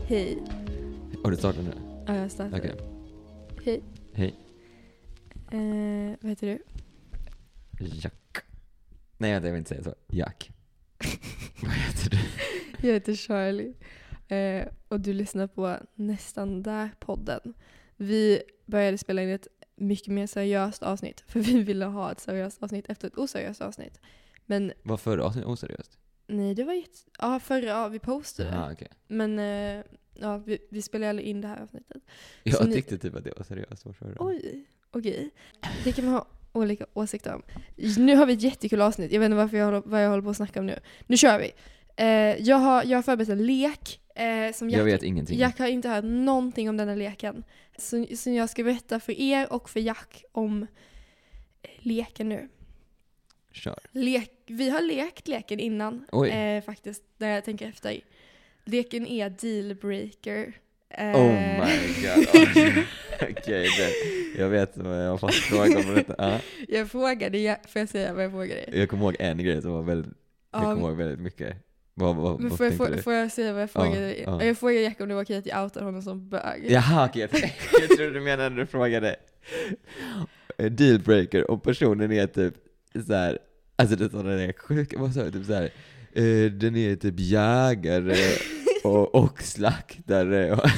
Hej. Har du startat nu? Ja, jag startar. Okej. Hej. Hej. Vad heter du? Jack. Nej, jag vill inte säga så. Jack. Vad heter du? Jag heter Charlie. Och du lyssnar på Nästan där-podden. Vi började spela in ett mycket mer seriöst avsnitt. För vi ville ha ett seriöst avsnitt efter ett oseriöst avsnitt. Men Var förra avsnittet oseriöst? nej, det var förra vi postade. Aha, okej. Men vi spelade aldrig in det här avsnittet. Jag tyckte typ att det var seriöst. Oj, okej. Det kan man ha olika åsikter om. Nu har vi ett jättekul avsnitt. Jag vet inte vad jag håller på att snacka om nu. Nu kör vi. Jag har förberett en lek. Som jag vet ingenting. Jack har inte hört någonting om denna leken. Så jag ska berätta för er och för Jack om leken nu. Kör. Vi har lekt leken innan. Faktiskt, när jag tänker efter. Leken är dealbreaker. Oh my god. Okej, jag vet vad jag har fått fråga om detta. Jag frågade, får jag säga vad jag frågade? Jag kommer ihåg en grej som var väldigt, jag kommer ihåg väldigt mycket. Vad får jag säga vad jag frågade? Jag frågade Jack om det var okej att jag outade honom som bög. Jaha, okej. Jag trodde du menade när du frågade. Dealbreaker, och personen är typ så här, alltså det är sjukt, vad sa jag, typ så här, den är typ jägare och slaktare och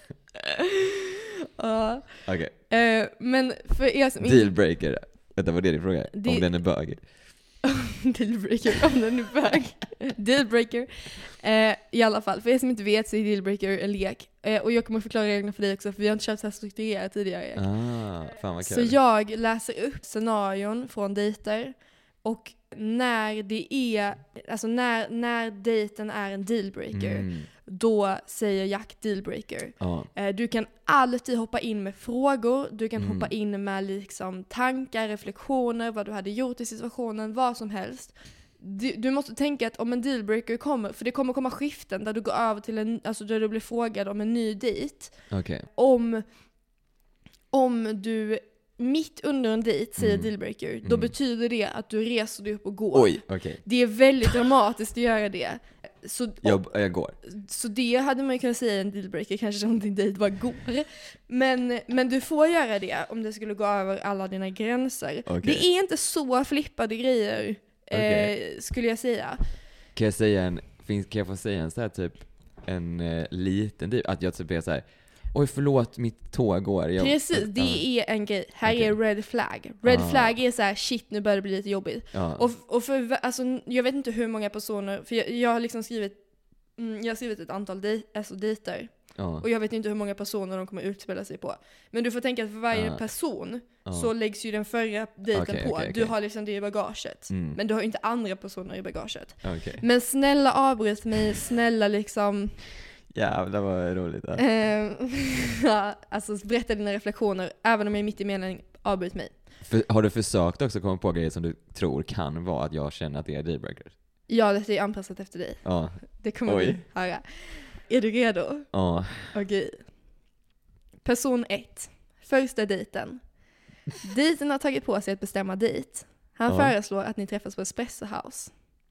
okej. Men för er som Dealbreaker, detta var det din fråga, om den är bög. Dealbreaker, om den är bög. Dealbreaker. I alla fall, för er som inte vet så är dealbreaker en lek. Och jag kommer förklara reglerna för dig också, för vi har inte kört så här strukturerat tidigare. Fan vad kul. Så jag läser upp scenarion från dejter. Och när det är, alltså när dejten är en dealbreaker, då säger Jack dealbreaker. Du kan alltid hoppa in med frågor, du kan hoppa in med liksom tankar, reflektioner, vad du hade gjort i situationen, vad som helst. Du måste tänka att om en dealbreaker kommer, för det kommer komma skiften där du går över till där du blir frågad om en ny dejt. Okay. Om du mitt under en dejt säger dealbreaker, då betyder det att du reser dig upp och går. Oj, okay. Det är väldigt dramatiskt att göra det. Så, jag går. Så det hade man ju kunnat säga en dealbreaker, kanske om din dejt bara går. Men du får göra det om det skulle gå över alla dina gränser. Okay. Det är inte så flippade grejer, skulle jag säga. Kan jag få säga en så här typ en liten typ, att jag typ är så här: oj, förlåt, mitt tåg går. Precis, det är en grej. Här är red flag. Red flag är så här: shit, nu börjar det bli lite jobbigt. Och för, alltså, jag vet inte hur många personer, för jag har liksom skrivit ett antal dejter. Och jag vet inte hur många personer de kommer utspela sig på. Men du får tänka att för varje person så läggs ju den förra dejten på. Okay. Du har liksom det i bagaget. Men du har inte andra personer i bagaget. Men snälla avbryt mig, snälla liksom. Ja, det var roligt. Alltså berätta dina reflektioner, även om jag är mitt i meningen, avbryt mig. Har du försökt också komma på grejer som du tror kan vara att jag känner att det är dealbreakers? Ja, det är anpassat efter dig. Det kommer du höra. Är du redo? Ja. Okej. Person 1. Första dejten. Dejten har tagit på sig att bestämma dejt. Han föreslår att ni träffas på Espresso House.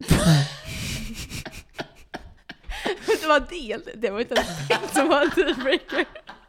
Det var det var inte ens tänkt som var en dealbreaker.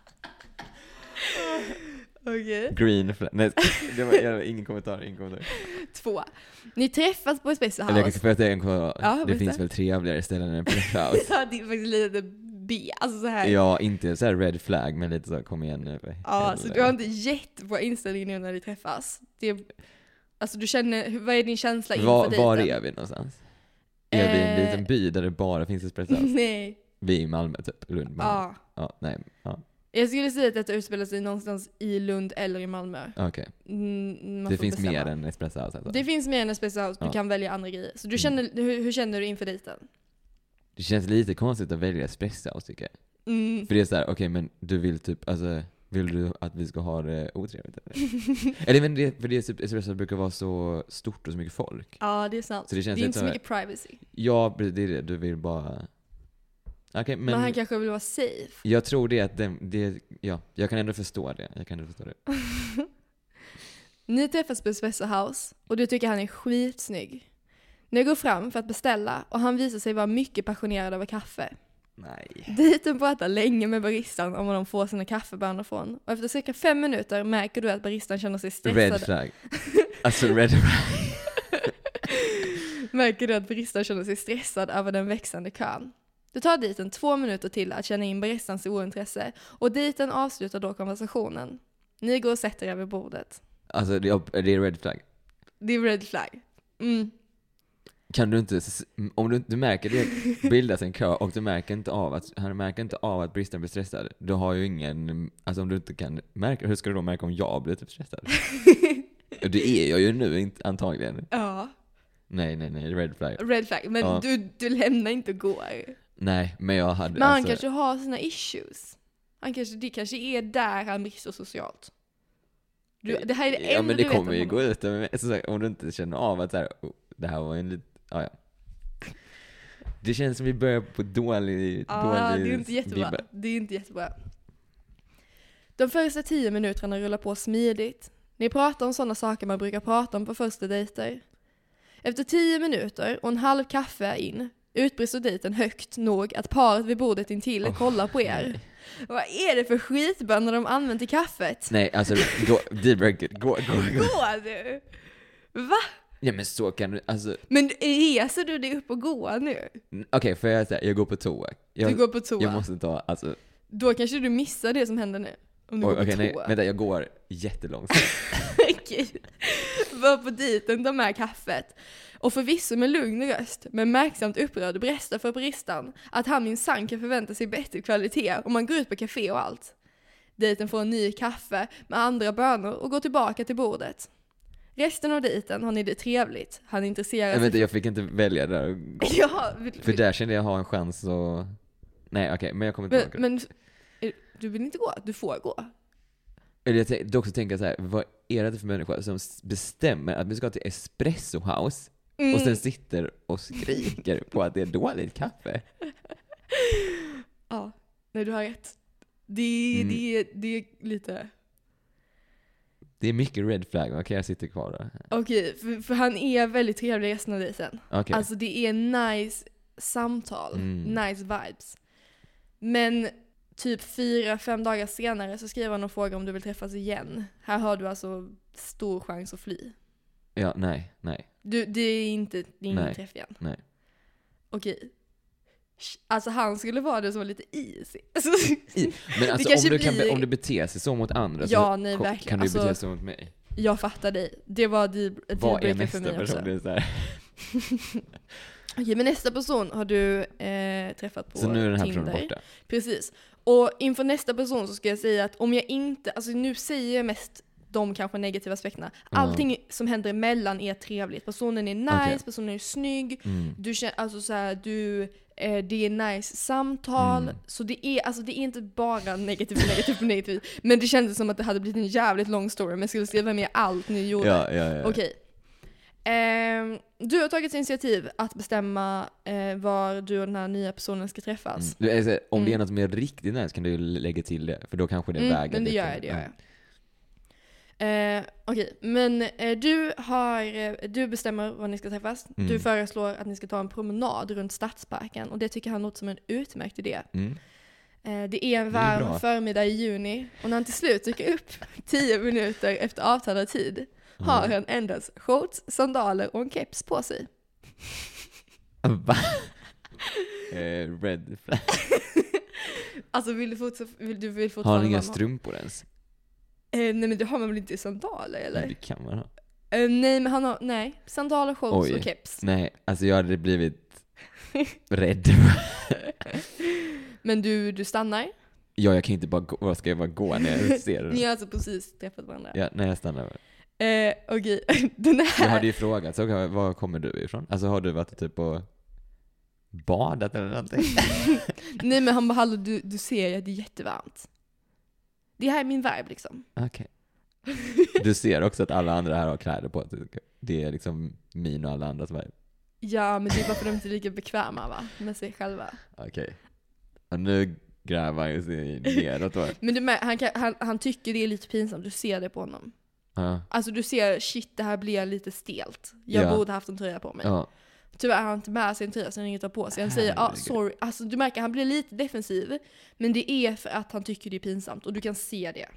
Okej. Green flag. Nej, det var ingen kommentar. 2. Ni träffas på Espresso House. Eller jag kan säga en kommentar. Det finns väl trevligare ställen än Espresso House. Ja, det är faktiskt lite B. Alltså så här. Ja, inte så här red flag, men lite så, kom igen nu. Ja, så du har inte jättebra inställning nu när vi träffas. Alltså du känner, vad är din känsla inför dejten? Var är vi någonstans? Är vi en liten by där det bara finns Espresso House? Nej. Vi är i Malmö typ, Lund, Malmö. Nej. Jag skulle säga att detta utspelar sig någonstans i Lund eller i Malmö. Okej. Det finns mer än Espresso House alltså. Det finns mer än Espresso House, du kan välja andra grejer. Så du känner, hur känner du inför dejten? Det känns lite konstigt att välja Espresso House, tycker jag. För det är så här, okej, men du vill typ, alltså, vill du att vi ska ha det otrevligt eller? Eller men för det typ, Espresso brukar vara så stort och så mycket folk. Ja, det är sant. Så det är inte så mycket privacy. Ja, det är det. Du vill bara. Okay, men han kanske vill vara safe. Jag tror det att jag kan ändå förstå det. Ni träffas på Espresso House och du tycker han är skitsnygg. Ni går fram för att beställa och han visar sig vara mycket passionerad över kaffe. Nej. Dejten pratar länge med baristan om var de får sina kaffebönor från. Och efter cirka 5 minuter märker du att baristan känner sig stressad. Red flag. Alltså red flag. Märker du att baristan känner sig stressad över den växande kön. Det tar dejten 2 minuter till att känna in baristans ointresse. Och dejten avslutar då konversationen. Ni går och sätter er vid bordet. Alltså det är red flag. Det är red flag. Mm. Kan du inte, om du märker det bildas en kö och du märker inte av att han märker inte av att baristen blir stressad, du har ju ingen, alltså om du inte kan märka, hur ska du då märka om jag blir typ stressad? Det är jag ju nu inte, antagligen. Ja. Nej, red flag. Red flag, men ja. du lämnar inte och går. Nej, men jag hade... Men han kanske har sina issues. Det kanske är där han brister socialt. Det här är det enda men det du kommer vet ju gå ut. Om du inte känner av att så här, det här var en liten... Ja. Det känns som vi börjar på dålig det är inte jättebra. vibbar. Det är inte jättebra. De första 10 minuterna rullar på smidigt. Ni pratar om sådana saker man brukar prata om på första dejter. Efter 10 minuter och en halv kaffe in utbrister dejten högt nog att paret vid bordet intill kollar på er. Nej. Vad är det för skitbönor de använt i kaffet? Nej, alltså gå du! Va? Ja, men så kan du, alltså... Men reser du dig upp och går nu? Okej, för jag går på toa. Du går på toa? Jag måste ta, alltså... Då kanske du missar det som händer nu. Om du går på toa. Nej, vänta, jag går jättelångsamt. Okej. Var på dejten, de här kaffet. Och förvisso med lugn röst, men märksamt upprörd berättar för baristan att han minsann kan förvänta sig bättre kvalitet om man går ut på café och allt. Dejten får en ny kaffe med andra bönor och går tillbaka till bordet. Resten av dejten har ni det trevligt. Han intresserar sig... Jag fick inte välja där. Ja, för där kände jag ha en chans att... Nej, okej, men jag kommer inte tillbaka. Men du vill inte gå? Du får gå. Eller jag också tänka så här, vad är det för människor som bestämmer att vi ska till Espresso House och sen sitter och skriker på att det är dåligt kaffe? Ja, nej, du har rätt. Det är lite... Det är mycket red flag, okej, jag sitter kvar där. Okej, för han är väldigt trevlig resten av dejten. Okay. Alltså det är nice samtal, nice vibes. Men typ 4-5 dagar senare så skriver han och frågar om du vill träffas igen. Här har du alltså stor chans att fly. Ja, nej. Det är ingen träff igen. Nej. Okej. Alltså han skulle vara det som var lite easy. Alltså, men alltså om du beter sig så mot andra så nej, verkligen. Kan du bete sig så mot mig? Jag fattar dig. Det var dealbreaker för mig också. Det är så här. Okej, men nästa person har du träffat på Tinder. Så nu är den här personen borta. Precis. Och inför nästa person så ska jag säga att om jag inte, alltså nu säger jag mest de kanske negativa aspekterna. Allting som händer emellan är trevligt. Personen är nice, personen är snygg. Du känner, alltså så här, det är nice samtal. Så det är inte bara negativt. Men det kändes som att det hade blivit en jävligt lång story. Men jag skulle skriva med allt ni gjorde. Ja. Okej. Du har tagit initiativ att bestämma var du och den här nya personen ska träffas. Om det är något som är riktigt nice kan du lägga till det. För då kanske det väger men det lite. gör jag. Okej, men du bestämmer var ni ska träffas. Du föreslår att ni ska ta en promenad runt Stadsparken. Och det tycker han låter som en utmärkt idé. Det är en varm förmiddag i juni. Och när han till slut dyker upp 10 minuter efter avtalad tid har han endast shorts, sandaler och en keps på sig. Va? Red flag. Alltså vill du fortfarande... Har han inga strumpor ens? Nej, men det har man väl inte i sandaler, eller? Nej, det kan man ha. Nej, men han har... sandaler, shorts och keps. Nej, alltså jag hade blivit rädd. Men du stannar? Ja, jag kan inte bara... Ska jag bara gå när jag ser det? Ni har alltså precis träffat varandra. Ja, när jag stannar. Okej, den här... Jag hade ju frågat, så var kommer du ifrån? Alltså har du varit typ på badat eller någonting? Nej, men han bara, du ser ju att det är jättevarmt. Det här är min vibe liksom. Okej. Du ser också att alla andra här har kläder på. Det är liksom min och alla andras vibe. Ja, men det är bara för att de inte är lika bekväma, va? Med sig själva. Okej. Och nu gräver han ju sig neråt då. Men han tycker det är lite pinsamt. Du ser det på honom. Alltså du ser, shit, det här blir lite stelt. Jag borde haft en tröja på mig. Tyvärr har han inte med sig en tröja så han inget tar på sig. Han säger sorry. Alltså du märker han blir lite defensiv. Men det är för att han tycker det är pinsamt. Och du kan se det.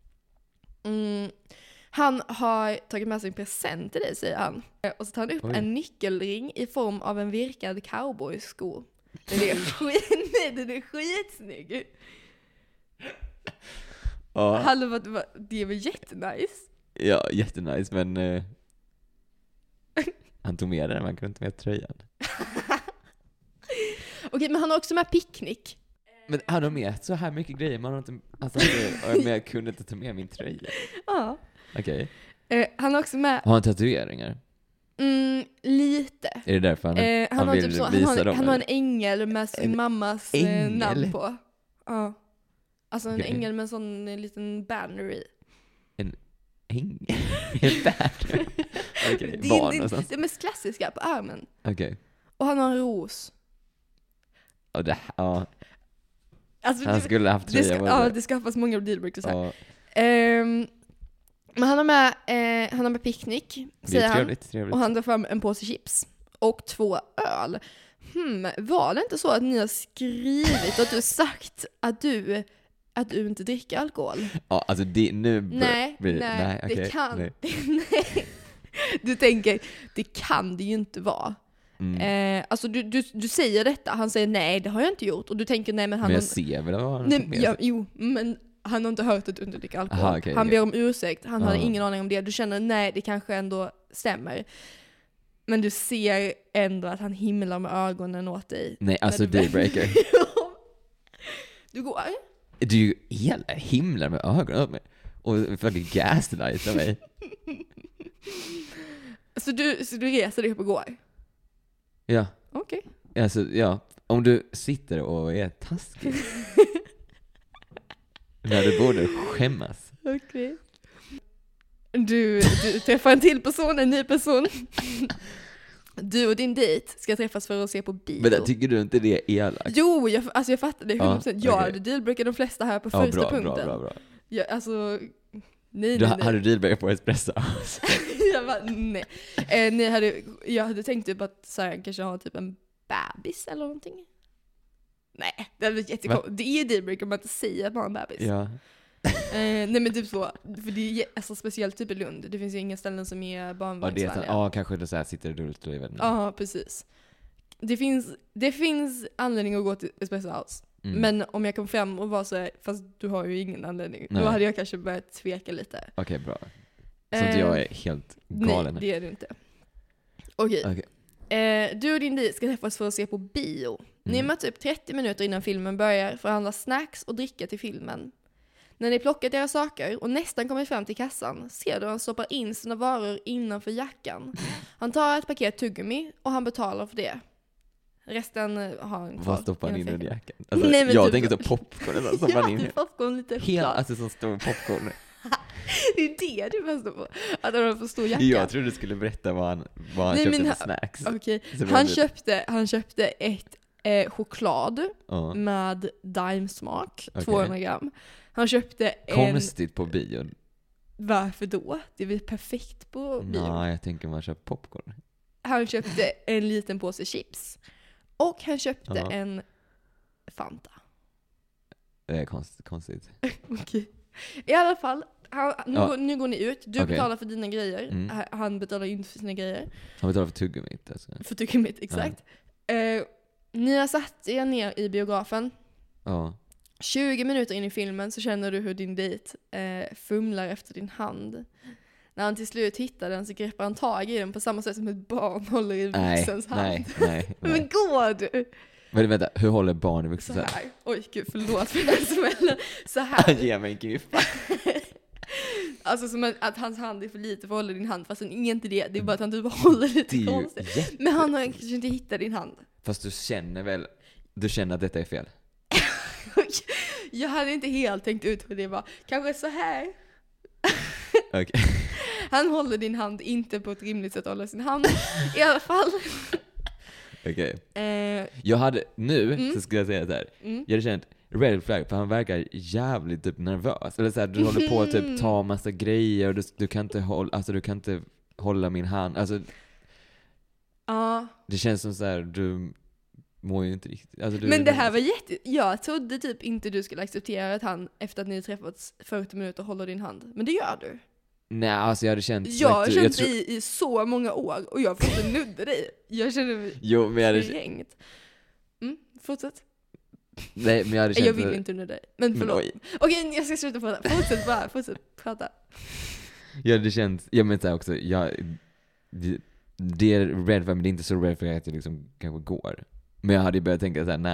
Han har tagit med sig en present till dig, säger han. Och så tar han upp en nyckelring i form av en virkad cowboysko. Den är skitsnygg. Ja. Hallå, det är väl jättenice? Ja, jättenice, men han tog med den, man kunde inte med tröjan. Okej, men han har också med picknick. Men han har med så här mycket grejer, man har inte, alltså, men jag kunde inte ta med min tröja. Ja. Okej. Han har också med... Har han tatueringar? Lite. Är det därför han vill typ så, visa dem? Han har en ängel med sin mammas namn på. Ja. Alltså en ängel med en sån liten banner i. En ängel? En banner? Okej, det är mest klassiska på armen. Okej. Och han har en ros. Och det, ja. Alltså, han skulle haft tröja. Ja, det skapas många dealbreakers här. Men han har med picknick, säger han. Trevligt. Och han drar fram en påse chips. Och 2 öl. Var det inte så att ni har skrivit att du har sagt att du inte dricker alkohol? Ja, alltså det nu... Nej, okay, det kan... Nej. Nej. Du tänker, det kan det ju inte vara. Alltså du säger detta, han säger nej, det har jag inte gjort. Och du tänker nej, men han... Men jag ser väl vad han jo, men han har inte hört att du inte dricker alkohol. Aha, okay, han ber om ursäkt, han hade ingen aning om det. Du känner, nej, det kanske ändå stämmer. Men du ser ändå att han himlar med ögonen åt dig. Nej, alltså dealbreaker. Du går. Du himlar med ögonen åt mig. Och fucking gaslightar mig. Så du reser dig upp och går? Ja. Okej. Alltså, ja. Om du sitter och är taskig. När du borde skämmas. Okej. Du träffar en ny person. Du och din dejt ska träffas för att se på bio. Men tycker du inte det är elakt? Jo, jag fattar det 100%. Ja, okay. Du dealbreakar de flesta här på första punkten. Bra. Ja, alltså... Nej. Hade du dealbreakat på espresso? Jag bara, nej. Jag hade tänkt typ att Sarah kanske har typ en bebis eller någonting. Nej, det hade varit jättekonstigt. Det är dealbreaker om man inte säger att man har en bebis. Ja. Nej, men typ så. För det är alltså speciellt typ i Lund. Det finns ju inga ställen som är barnvagnsvänliga. Ja, kanske det så här sitter dult och även. Ja, precis. Det finns anledning att gå till Espresso House. Men om jag kom fram och var så här, fast du har ju ingen anledning. Nej. Då hade jag kanske börjat tveka lite. Okej, bra. Så inte jag är helt galen. Nej, det är du inte. Okej. Du och din dejt ska träffas för att se på bio. Ni möts upp 30 minuter innan filmen börjar för att handla snacks och dricka till filmen. När ni plockat era saker och nästan kommit fram till kassan ser du att han stoppar in sina varor innanför jackan. Han tar ett paket tuggummi och han betalar för det. Resten har han kvar. Vad stoppar han in i jackan? Alltså, nej, jag tänker så popcorn eller så stoppar han in. Popcorn lite. Helt, alltså så stor popcorn. Det är det du fastnar på. Att han har för stor jacka. Jag trodde du skulle berätta vad han köpte för snacks. Okay. Han köpte ett choklad med daimsmak, 200 gram. Han köpte konstigt på bion. Varför då? Det är väl perfekt på bion. Nej, jag tänker man köper popcorn. Han köpte en liten påse chips. Och han köpte en Fanta. Det är konstigt. Okej. I alla fall, nu går ni ut. Du betalar för dina grejer. Han betalar inte för sina grejer. Han betalar för tuggummit. Alltså. För tuggummit, exakt. Ni har satt er ner i biografen. Ja. 20 minuter in i filmen så känner du hur din dejt fumlar efter din hand. När han till slut hittar den så greppar han tag i den på samma sätt som ett barn håller i vuxens hand. Nej. Men går du? Men vänta, hur håller barn i vuxens hand? Så här. Oj gud, förlåt för den smällen. Så här. Ge mig en gift. Alltså som att hans hand är för lite för att hålla din hand. Fast den är inte det. Det är bara att han typ håller lite konstigt. Men han har kanske inte hittat din hand. Fast du känner att detta är fel. Jag hade inte helt tänkt ut hur det var. Kanske så här. Okay. Han håller din hand inte på ett rimligt sätt att hålla sin hand. I alla fall. Okej. Jag hade, så skulle jag säga så här. Jag hade känt red flag för han verkar jävligt typ nervös. Eller så här, du håller på att typ ta massa grejer och du kan inte hålla min hand. Alltså, Ja. Det känns som så här, du mår ju inte riktigt. Alltså, Men det här var jag trodde typ inte du skulle acceptera att han efter att ni träffats 40 minuter håller din hand. Men det gör du. Nej, alltså jag hade känt... Jag har känt dig i så många år och jag får inte nudda dig. Jag känner mig förrängt. Fortsätt. Nej, men jag hade känt... Jag vill inte nudda dig, men förlåt. Okej, jag ska sluta prata. Fortsätt prata. Jag hade känt... Jag menar såhär också, det är red flag, men det är inte så red flag att jag liksom kanske går. Men jag hade börjat tänka såhär,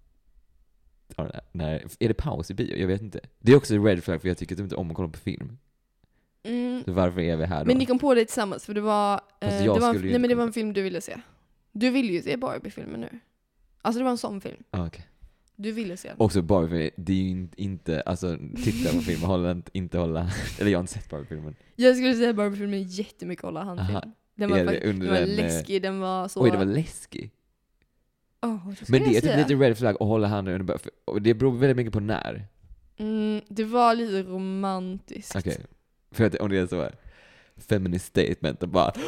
när är det paus i bio? Jag vet inte. Det är också red flag för jag tycker inte om att kolla på film. Så varför är vi här då? Men ni kom på det tillsammans för det var det var en film du ville se. Du ville ju se Barbie-filmen nu. Alltså det var en sån film. Okay. Du ville se den. Också Barbie, det är ju inte alltså titta på filmen, inte hålla eller jag har inte sett Barbie-filmen. Jag skulle säga Barbie-filmen är jättemycket hålla handfilm. Den var läskig, den var så... Oj, det var läskig. Men det är typ lite red flag att hålla handen under, och det beror väldigt mycket på när. Det var lite romantiskt. Okej. För att om det är så här feminist statement och bara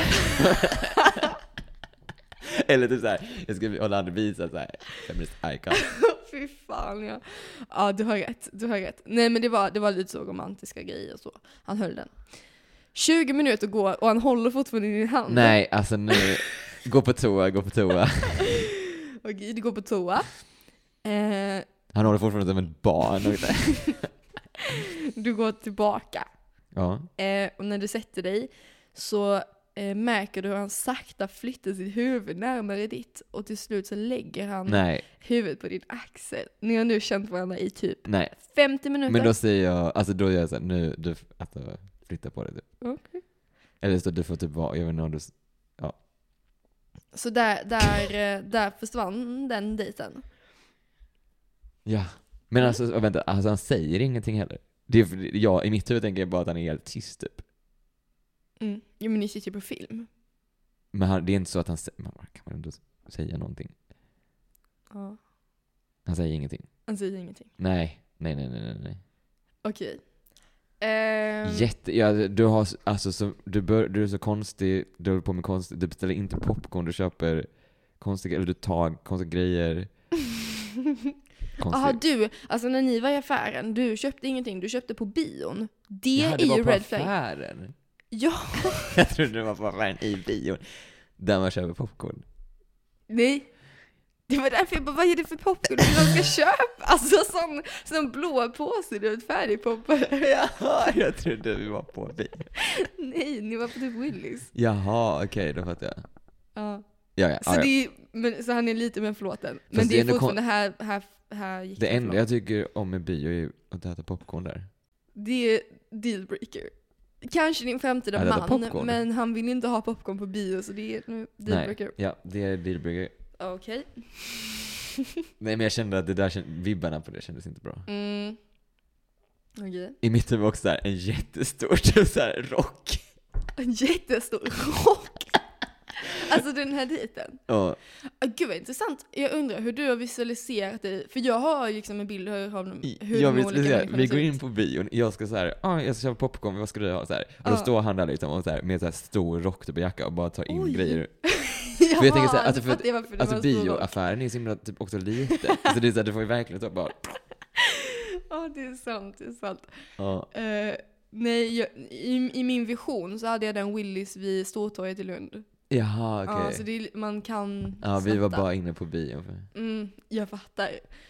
eller typ såhär, jag ska hålla handen och visa såhär feminist icon. Fy fan, ja. Ja, du har rätt. Nej, men det var lite så romantiska grejer och så. Han höll den. 20 minuter går och han håller fortfarande i din hand. Nej, alltså nu. Gå på toa. Okej, du går på toa. Han håller fortfarande som ett barn. Du går tillbaka. Ja. Och när du sätter dig så märker du hur han sakta flyttar sitt huvud närmare ditt. Och till slut så lägger han huvudet på din axel. Ni har nu känt varandra i typ 50 minuter. Men då säger jag, alltså då gör jag så här, nu du flytta på det typ. Okay. Eller så du får typ vara, jag vet inte om du, ja. Så där försvann den dejten. Ja. Men alltså, vänta, alltså han säger ingenting heller. I mitt huvud tänker jag bara att han är helt tyst typ. Jo, men ni sitter ju på film. Men det är inte så att han kan man ändå säga någonting? Ja. Han säger ingenting. Nej. Okej. Du har alltså du är så konstig, du håller på med konstigt, du beställer inte popcorn, du köper konstiga, eller du tar konstiga grejer. Jaha, alltså när ni var i affären, du köpte ingenting, du köpte på bion. Det är ju red flag. Affären. Ja. Jag trodde det var på affären i bion där man köper popcorn. Nej. Det var därför jag bara, vad är det för popcorn du ska köpa? Alltså sån blå påse, du är färdig popcorn. Jaha, jag trodde vi var på bion. Nej, ni var på typ Willys. Jaha, okej, då fattar jag. Ja. Så han är lite mer förlåten. Men fast det är fortfarande här gick det enda jag tycker om med bio är att äta popcorn där. Det är dealbreaker. Kanske din framtida man, men han vill inte ha popcorn på bio, så det är dealbreaker. Nej, ja, det är dealbreaker. Okej. Nej, men jag kände att det där vibbarna på det kändes inte bra. Okay. I mitten var också en jättestor så här rock. En jättestor rock? Alltså den här dejten. Ja. Gud vad intressant. Jag undrar hur du har visualiserat det. För jag har liksom en bild hur jag visualiserar, vi går in på bion. Jag ska så här, jag ska köpa popcorn, vad ska du ha? Så här. Och då står han där liksom och så här, med så här stor rock och jacka och bara tar in grejer. Ja, för jag tänker så här, alltså bioaffären är så himla typ också lite. Så det är så här, du får ju verkligen ta bara. Det är sant. Ja. Nej, i min vision så hade jag den Willys vid Stortorget i Lund. Jaha, okej. Ja, så man kan vi var bara inne på bio. Jag fattar.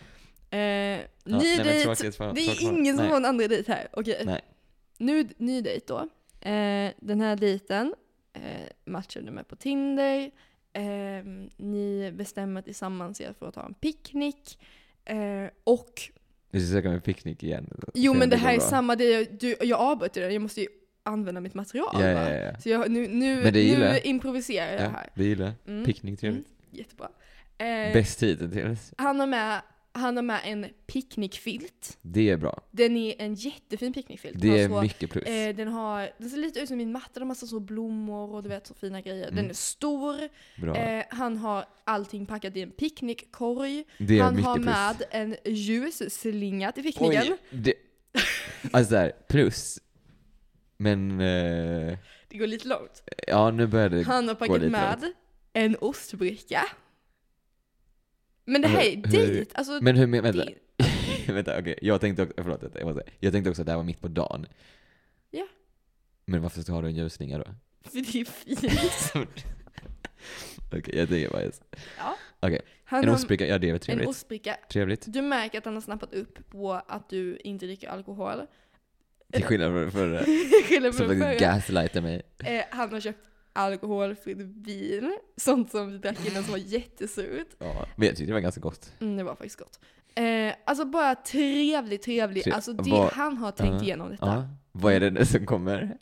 Ny dejt. Det är ingen som har en andra dejt här. Okej. Nej. Ny dejt då. Den här dejten matchade med på Tinder. Ni bestämmer tillsammans er för att ta en picknick. Och vi ska söka med picknick igen. Jo, men det här är samma. Jag avbryter det. Jag måste ju använda mitt material. Ja. Så jag, nu improviserar jag här. Det gillar. Picknick, trevligt. Jättebra. Bäst hittills. Han har med en picknickfilt. Det är bra. Den är en jättefin picknickfilt. Det är mycket plus. Den ser lite ut som min matta. Den har massa så blommor och du vet så fina grejer. Den är stor. Bra. Han har allting packat i en picknickkorg. Det är han mycket har plus. med en ljusslinga till picknicken. Alltså där, plus. Men det går lite långt. ja, nu börjar det. Han har packat med en ostbricka. Men det här är dejt. Alltså, men hur, vänta. Vänta, okej. Jag tänkte också, jag tänkte också att det här var mitt på dagen. Ja. Men varför har du en ljusningar då? För det är fint. Okej, jag tänker bara. Ja. Okej. En ostbricka, ja det är väl trevligt. En ostbricka. Trevligt. Du märker att han har snappat upp på att du inte dricker alkohol. Till skillnad från förra. Som faktiskt gaslightar mig. Han har köpt alkoholfritt vin. Sånt som vi drack innan som var jättesurt. Ja, men jag tyckte det var ganska gott. Det var faktiskt gott. Alltså bara trevlig. Alltså han har tänkt igenom detta. Vad är det som kommer?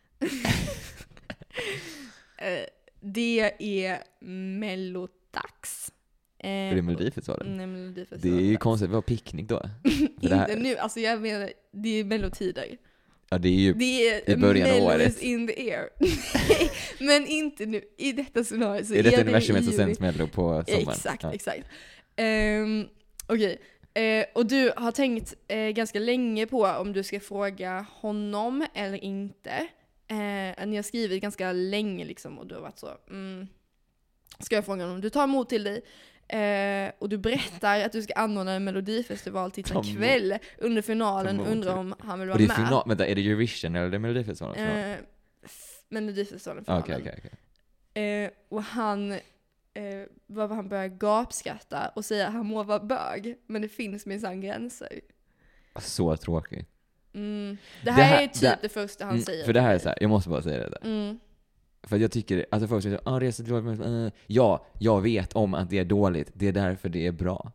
Det är mellodags. Är det Melodifestivalen? Nej, Melodifestivalen. Det är ju konstigt att vi har picknick då. Inte nu, alltså jag menar, det är mellotider. Ja, det är ju i början av året. In the air. Men inte nu, i detta scenario så är det universumet som sänds mello på sommaren? Exakt. Okej. Och du har tänkt ganska länge på om du ska fråga honom eller inte. Ni har skrivit ganska länge liksom, och du har varit så ska jag fråga honom? Du tar emot till dig och du berättar att du ska anordna en melodifestival till en kväll under finalen, undrar om han vill vara med. Vänta, är det Eurovision eller är det Melodifestivalen? Melodifestivalen. Okej. Och han börjar gapskratta och säga att han må vara bög, men det finns minsann gränser. Så tråkigt. Det här är typ det första han säger. För det här är så här, jag måste bara säga det där. För jag tycker, alltså folk säger det är så dåligt. Ja, jag vet om att det är dåligt. Det är därför det är bra.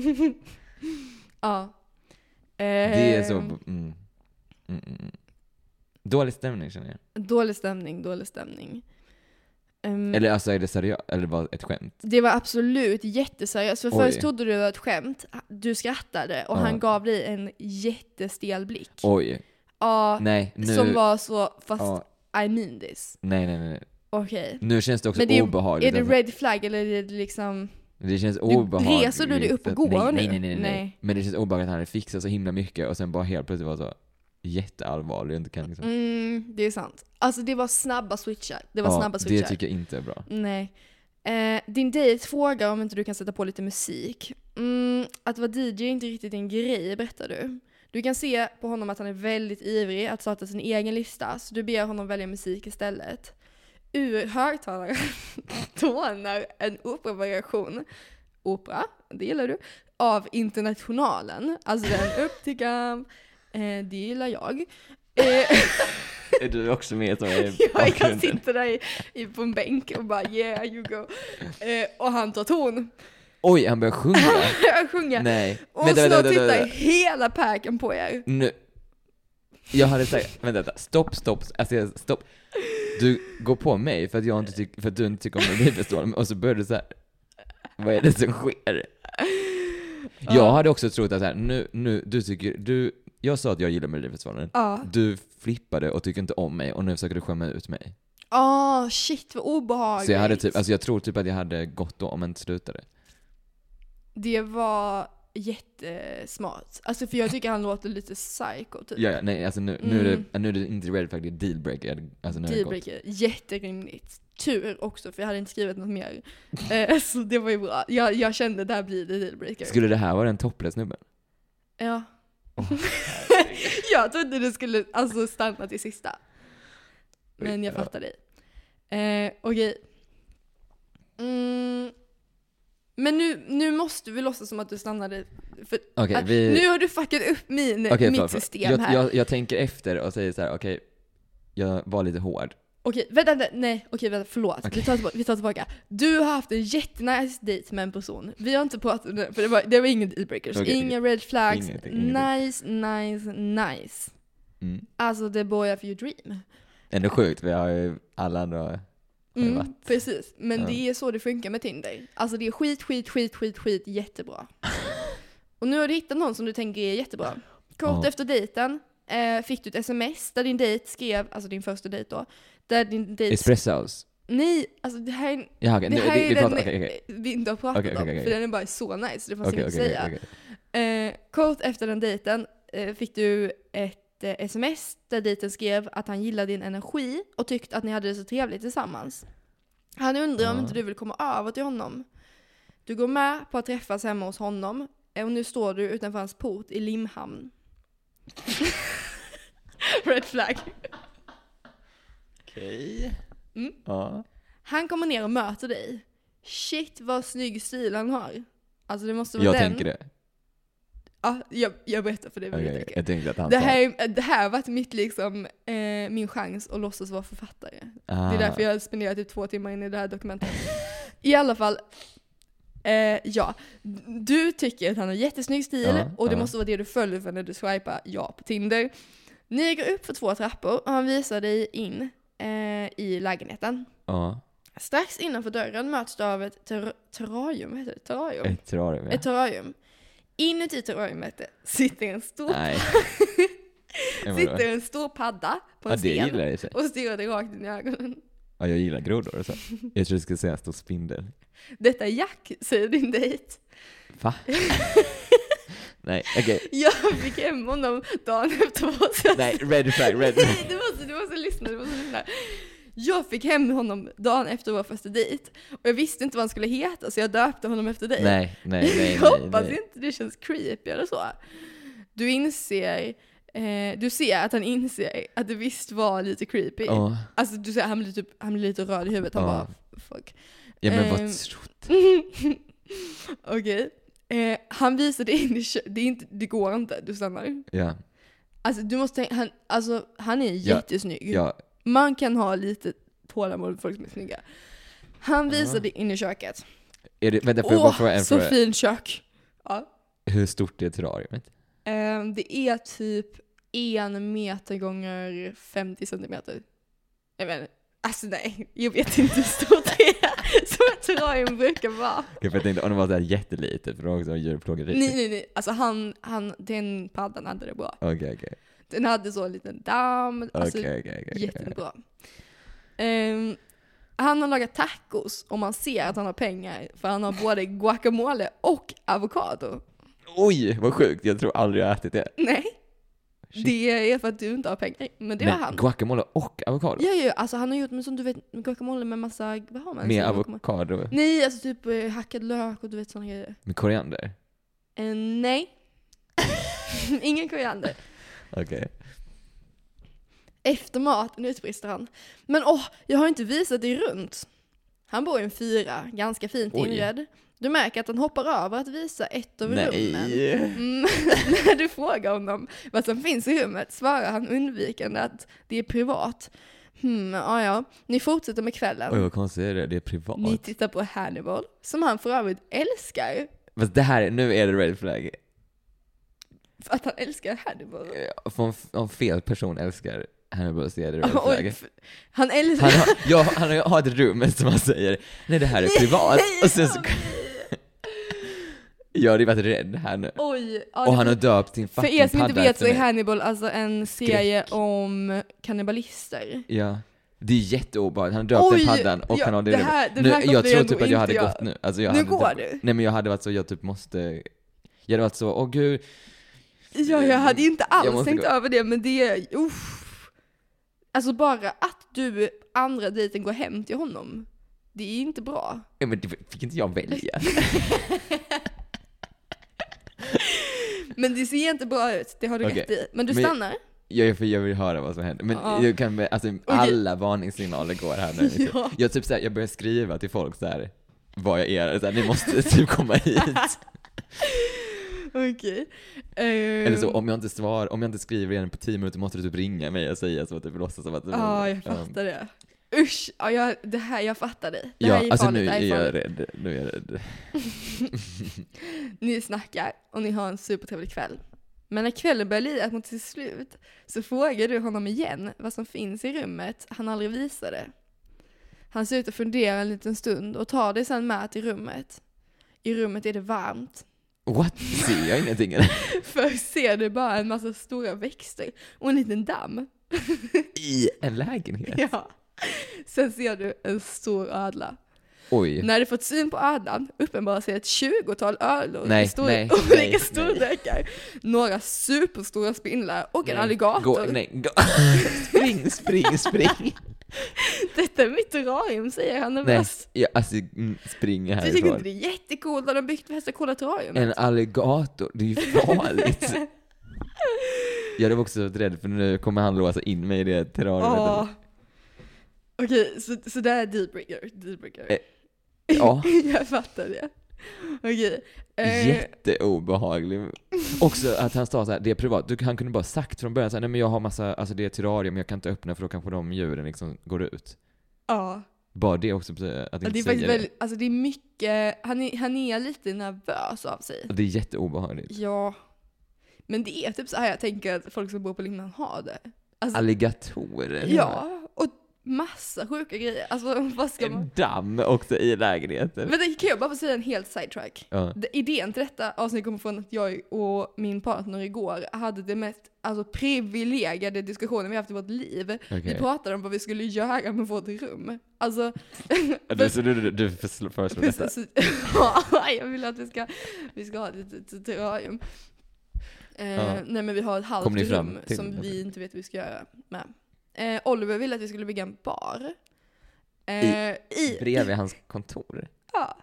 Ja. Det är så... Dålig stämning, känner jag. Dålig stämning. Eller alltså, är det seriöst? Eller var ett skämt? Det var absolut jätteseriöst. För först trodde du att ett skämt. Du skrattade och han gav dig en jättestel blick. Oj. Ja, nej, nu... som var så, fast I mean this. Nej. Okej. Nu känns det också obehagligt. Är det red flag eller är det liksom... Det känns obehagligt. Reser du dig upp och går nej. Men det känns obehagligt att han hade fixat så himla mycket och sen bara helt plötsligt var så jätteallvarlig och inte kan liksom... det är sant. Alltså det var snabba switchar. Det tycker jag inte är bra. Nej. Din dejt frågar om inte du kan sätta på lite musik. Att vara DJ är inte riktigt en grej, berättar du. Du kan se på honom att han är väldigt ivrig att starta sin egen lista, så du ber honom välja musik istället. Ur högtalaren tonar en operavariation. Opera, det gillar du. Av Internationalen. Alltså den upp till gam. Det gillar jag. Är du också med som är jag sitter där på en bänk och bara yeah you go. Och han tar ton. Oj, han börjar sjunga. Nej. Och snart tittar hela packen på er. Nu. Jag hade sagt, vänta, stopp. Alltså, stopp. Du går på mig för att du inte tycker om Melodifestivalen, och så börjar du så här. Vad är det som sker? Jag hade också trott att så här, nu jag sa att jag gillar Melodifestivalen. Du flippade och tycker inte om mig och nu försöker du skämma ut mig. Shit, vad obehagligt. Så jag hade jag tror typ att jag hade gått då om jag inte slutade. Det var jättesmart. Alltså för jag tycker han låter lite psycho typ. Ja, nej, alltså nu är det inte red flag, det är dealbreaker. Alltså nu dealbreaker, jätterimligt. Tur också, för jag hade inte skrivit något mer. Så det var ju bra. Jag kände att det här blir det dealbreaker. Skulle det här vara en topless-snubben? Ja. Jag trodde du skulle stanna till sista. Men jag fattar dig. Okej. Men nu måste vi låtsas som att du stannade. För nu har du fuckat upp mitt system här. Jag tänker efter och säger så här: okej, jag var lite hård. Okej, vänta, förlåt. Okay. Vi tar tillbaka. Du har haft en jättenice date med en person. Vi har inte pratat om det, för det var ingen dealbreakers. Inga red flags. Nice. Alltså, det boy of your dream. Ändå sjukt, vi har ju alla andra precis, men det är så det funkar med Tinder. Alltså det är skit, jättebra. Och nu har du hittat någon som du tänker är jättebra. Kort efter dejten fick du ett sms där din dejt skrev, alltså din första dejt då, där din dejt... Espresso House? Nej, alltså det här är vi inte har pratat om, för den är bara så nice, det får inte säga. Kort efter den dejten fick du ett sms där dejten skrev att han gillade din energi och tyckte att ni hade det så trevligt tillsammans. Han undrar om inte du vill komma över till honom. Du går med på att träffas hemma hos honom. Och nu står du utanför hans port i Limhamn. Red flag. Okej. Mm. Ja. Han kommer ner och möter dig. Shit, vad snygg stil han har. Alltså det måste vara Jag den. tänker det. Ja, jag berättar för dig vad jag tänker. Jag tänkte att han Det här har varit mitt liksom, min chans att låtsas vara författare. Det är därför jag har spenderat typ 2 timmar in i det här dokumentet. I alla fall, ja. Du tycker att han har jättesnygg stil och det måste vara det du följer för när du swipar ja på Tinder. Ni går upp för 2 trappor och han visar dig in i lägenheten. Ja. Strax innanför dörren möts du av ett terrarium. Vad heter det? Terrarium? Ett terrarium, ja. Ett terrarium. Inuti terrariumet sitter en stor sitter en stor padda på en sten och stirrar dig rakt in i ögonen. Ja, jag gillar grodor och så. Jag tror du skulle säga en stor spindel. Detta är Jack, säger din dejt. Va? Nej, okej. Jag fick hem honom dagen efter vår. Nej, red flag. Nej, du måste lyssna. Jag fick hem honom dagen efter vår första dejt. Och jag visste inte vad han skulle heta, så jag döpte honom efter dig. Nej. Jag hoppas inte det känns creepy eller så. Du ser att han inser att det visst var lite creepy. Alltså du ser han blir lite röd i huvudet. Han bara, fuck. Ja, men vad trott. Okej. Han visar det in det går inte, du stannar. Ja. Alltså du måste tänka, han är jättesnygg. Ja. Man kan ha lite tålamod med folk som är snygga. Han visar det in i köket. Så fin kök. Ja. Hur stort är terrariumet? Det är typ 1 meter gånger 50 centimeter. Jag vet inte. Alltså nej, jag vet inte hur stort det är som ett terrarium brukar vara. Jag tänkte om det var så här jättelitet för att också ha djurplågeri. Nej. Alltså den paddan hade det bra. Okej. Den hade så en liten damm. Alltså jättebra. Han har lagat tacos och man ser att han har pengar. För han har både guacamole och avokado. Oj, vad sjukt. Jag tror aldrig jag har ätit det. Nej. Shit. Det är för att du inte har pengar. Men det var han. Guacamole och avokado? Ja, alltså han har gjort med som du vet guacamole med massa, vad har man? Med avokado? Nej, alltså typ hackad lök och du vet såna grejer. Med koriander? Nej. Ingen koriander. Okej. Efter maten utbrister han. Men jag har inte visat dig runt. Han bor i en 4, ganska fint inredd. Du märker att han hoppar över att visa ett av rummen. När du frågar honom vad som finns i rummet svarar han undvikande att det är privat. Ja. Ni fortsätter med kvällen. Oj, vad konstigt är det? Det är privat. Ni tittar på Hannibal, som han för övrigt älskar. Fast nu är det red flag. För att han älskar Hannibal. Om fel person älskar Hannibal så är det red flag. Han älskar... Han har ett rum som han säger, nej det här är privat. Och sen så... Jag hade varit rädd här nu. Och han har döpt sin fucking padda. För er som inte vet så är Hannibal alltså en serie om kannibalister. Ja. Det är jätteobehagligt. Han har döpt den paddan och han har det rummet. Jag tror typ att jag hade gått nu. Alltså nu går du? Nej men jag hade varit så, jag typ måste... Jag hade varit så, gud. Ja, jag hade inte alls tänkt över det, men det är... Alltså bara att du andra dejten går hem till honom, det är inte bra. Ja, men det fick inte jag välja. Men det ser inte bra ut, det har du rätt i. Men du stannar? Ja, för jag vill höra vad som händer. Men jag kan, alla varningssignaler går här nu. Jag typ såhär, jag börjar skriva till folk såhär, vad jag är, såhär, ni måste typ komma hit. Okej. Eller så, om jag inte skriver igen på 10 minuter måste du typ ringa mig och säga så att du låtsas som att du... Ja, jag fattar det. Usch, jag fattar dig. Det ja, här är alltså farligt, nu är jag rädd. Ni snackar och ni har en supertrevlig kväll. Men när kvällen börjar lida mot sitt slut så frågar du honom igen vad som finns i rummet han aldrig visade. Han ser ut att fundera en liten stund och tar dig sedan med till rummet. I rummet är det varmt. What? Ser jag ingenting? Först ser du bara en massa stora växter och en liten damm. I en lägenhet? Ja. Sen ser du en stor ödla. Oj. När de fått syn på Adam uppenbarar sig ett 20-tal ödlor i Nej. olika storlekar. Några superstora spindlar och en alligator. Spring. Detta är mitt terrarium, säger han nervöst. Ja, alltså spring här. Du tycker inte det är jättekult när de byggt värsta coola terrarium? En alligator, det är ju farligt. Jag är också rädd för nu kommer han låsa in mig i det terrariumet. Okej, så det är dealbreaker. Ja. Jag fattar det. Okej. Jätteobehaglig. Också att han sa så här, det är privat. Han kunde bara sagt från början så här, nej men jag har massa, alltså det är terrarium, men jag kan inte öppna för då kanske de djuren liksom går ut. Ja. Bara det också att inte det är säga faktiskt väldigt, alltså det är mycket, han är lite nervös av sig. Det är jätteobehagligt. Ja. Men det är typ så här jag tänker att folk som bor på Limnan har det. Alltså, alligatorer. Ja, och massa sjuka grejer. Alltså, vad ska man... En damm också i lägenheten. Men kan jag bara få säga en helt sidetrack? Ja. Idén till detta avsnitt kommer från att jag och min partner igår hade det mest privilegierade diskussionen vi haft i vårt liv. Okay. Vi pratade om vad vi skulle göra med vårt rum. Alltså... så du föreslår detta? Ja, jag vill att vi ska ha ett litet terrarium. Nej, men vi har ett halvt rum som vi inte vet vad vi ska göra med. Oliver ville att vi skulle bygga en bar. Bredvid hans kontor? Ja.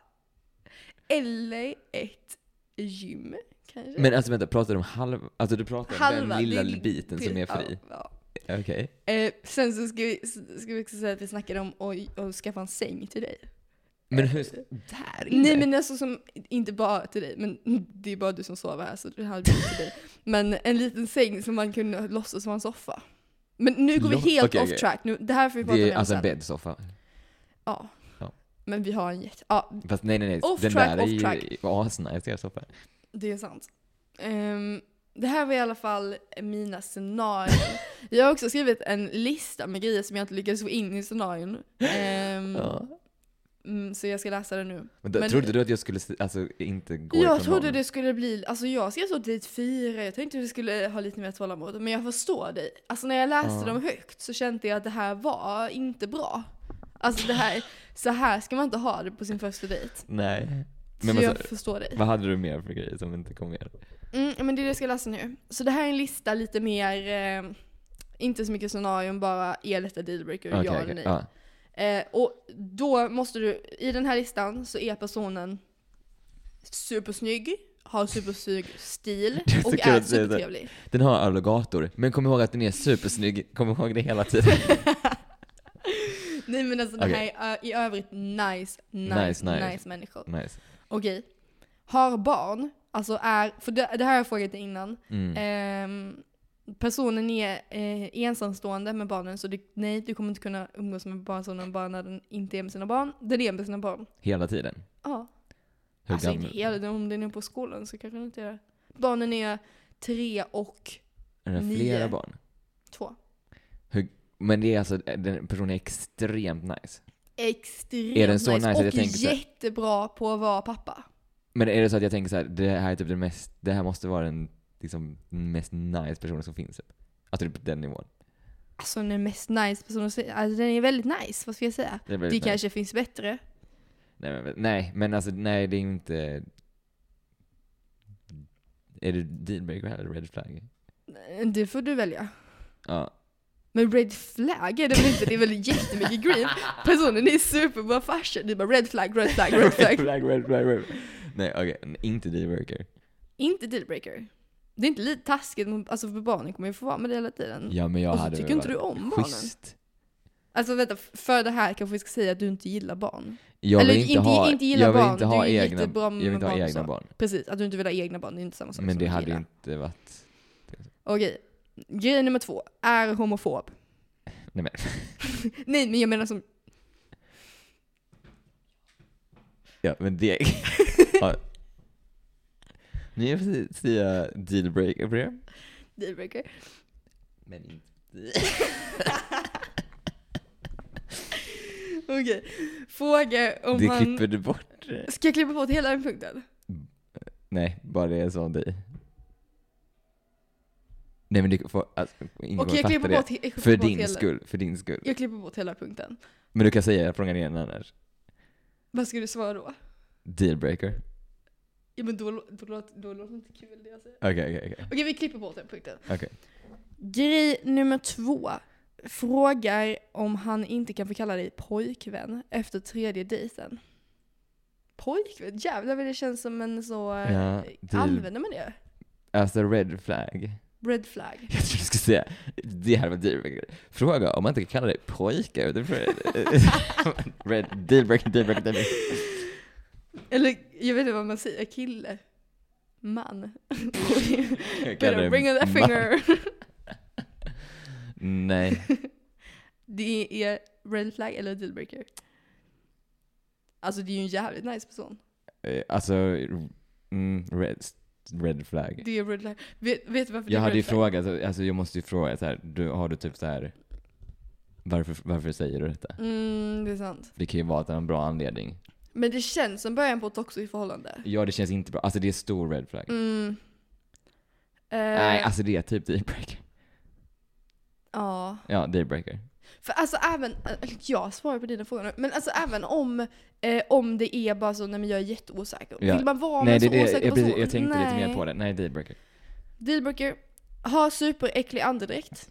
Eller ett gym, kanske. Men alltså vänta, pratar du om du pratar om den lilla biten som är fri? Ja. Okej. Sen så ska vi också säga att vi snackade om att skaffa en säng till dig. Men hur där inne? Nej, men alltså som, inte bara till dig, men det är bara du som sover här så det här blir till dig. Men en liten säng som man kunde låtsas vara en soffa. Men nu går vi helt off track. Nu, det här får vi prata om. Det är alltså en bäddsoffa. Ja. Men vi har en Fast nej. Off den track, där off är track. ju asnice soffa. Det är sant. Det här var i alla fall mina scenarier. Jag har också skrivit en lista med grejer som jag inte lyckades få in i scenarion. Så jag ska läsa det nu. Men trodde du att jag skulle inte gå Jag trodde det skulle bli, jag skrev så dit 4. Jag tänkte att vi skulle ha lite mer tålamod. Men jag förstår dig. Alltså när jag läste dem högt så kände jag att det här var inte bra. Alltså så här ska man inte ha det på sin första dejt. Nej. Men jag förstår dig. Vad hade du mer för grejer som inte kom med? Men det är det jag ska läsa nu. Så det här är en lista lite mer, inte så mycket scenarion, bara är detta dealbreaker, ja eller nej. Ja. Och då måste du, i den här listan så är personen supersnygg, har supersnygg stil och är supertrevlig. Den har alligator, men kom ihåg att den är supersnygg. Kom ihåg det hela tiden. Nej, men alltså det här är i övrigt nice människor. Nice. Okej. Har barn, alltså för det här har jag frågat innan. Personen är ensamstående med barnen, så du kommer inte kunna umgås med personen bara när den inte är med sina barn. Den är med sina barn. Hela tiden? Ja. Alltså inte hela tiden, om den är på skolan så kanske den inte är det. Barnen är 3 och 9. Är det flera barn? 2. Men det är alltså, den personen är extremt nice. Extremt är den så nice och jag jättebra på att vara pappa. Men är det så att jag tänker så här, det här är typ det här måste vara den mest nice personen som finns. Alltså på den nivån. Alltså den mest nice personen, alltså den är väldigt nice, vad ska jag säga? Det kanske finns bättre. Men alltså nej, det är inte. Är det dealbreaker eller red flag? Det får du välja. Ja. Men red flag är det väl inte? Det är väl jättemycket green. Personen är superbra fashion. Det är bara red flag. Nej, okej. Inte dealbreaker. Inte dealbreaker. Det är inte lite taskigt, alltså för barnen kommer ju få vara med det hela tiden. Ja, men jag hade tycker inte du om barnen? Schysst. Alltså vänta, för det här kanske vi ska säga att du inte gillar barn. Jag vill inte gilla barn. Jag vill inte ha egna barn. Precis, att du inte vill ha egna barn, det är inte samma sak. Men det hade inte varit. Okej. Grej nummer 2 är homofob. Nej men. Nej, men jag menar som. Ja, men det. Ja. Nu är precis säga dealbreaker på det. Dealbreaker. Men inte. Okej. Fråga om det klipper du bort. Ska jag klippa bort hela den punkten? Nej, bara det är så om dig. Nej, men det får okej, jag klipper bort för din skull. Jag klipper bort hela punkten. Men du kan säga frågan igen annars. Vad ska du svara då? Dealbreaker. Ja, men då låter det inte kul det jag säger. Okej, Vi klipper bort den punkten. Okej. Grej nummer 2. Frågar om han inte kan få kalla dig pojkvän efter 3:e dejten. Pojkvän? Jävlar vad det känns som en så... använder man det? Alltså red flag. Red flag. Jag tror du skulle säga, det här var dealbreaker. Fråga om man inte kan kalla dig pojke. Red dealbreaker. Eller, jag vet inte vad man säger, kille. Man. Bring that finger. Nej. Det är red flag eller dealbreaker. Alltså det är ju en jävligt nice person. Alltså, red flag. Det är red flag. Vet du varför jag det är hade ju red flag? frågat, alltså jag måste ju fråga så här, har du typ så här, varför säger du detta? Det är sant. Det kan ju vara att det är en bra anledning. Men det känns som början på ett toxic förhållande. Ja, det känns inte bra. Alltså det är stor red flag. Nej, alltså det är typ dealbreaker. Ja. Ja, dealbreaker. För alltså även, jag svarar på dina frågor, men alltså även om det är bara så, nej men jag är jätteosäker. Ja. Vill man vara med så det, osäker person? jag tänkte nej. lite mer på det. Nej, dealbreaker. Dealbreaker. Ha superäcklig andedräkt.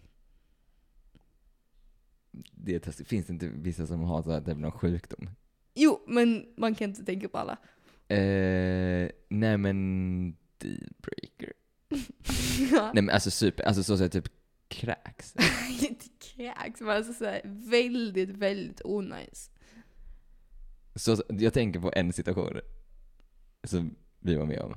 Det finns inte vissa som har så att det är någon sjukdom. Jo, men man kan inte tänka på alla. Nej men dealbreaker. Nej men alltså så att jag typ kräks. Inte kräks, men alltså så här, väldigt, väldigt onajs. Så jag tänker på en situation som vi var med om.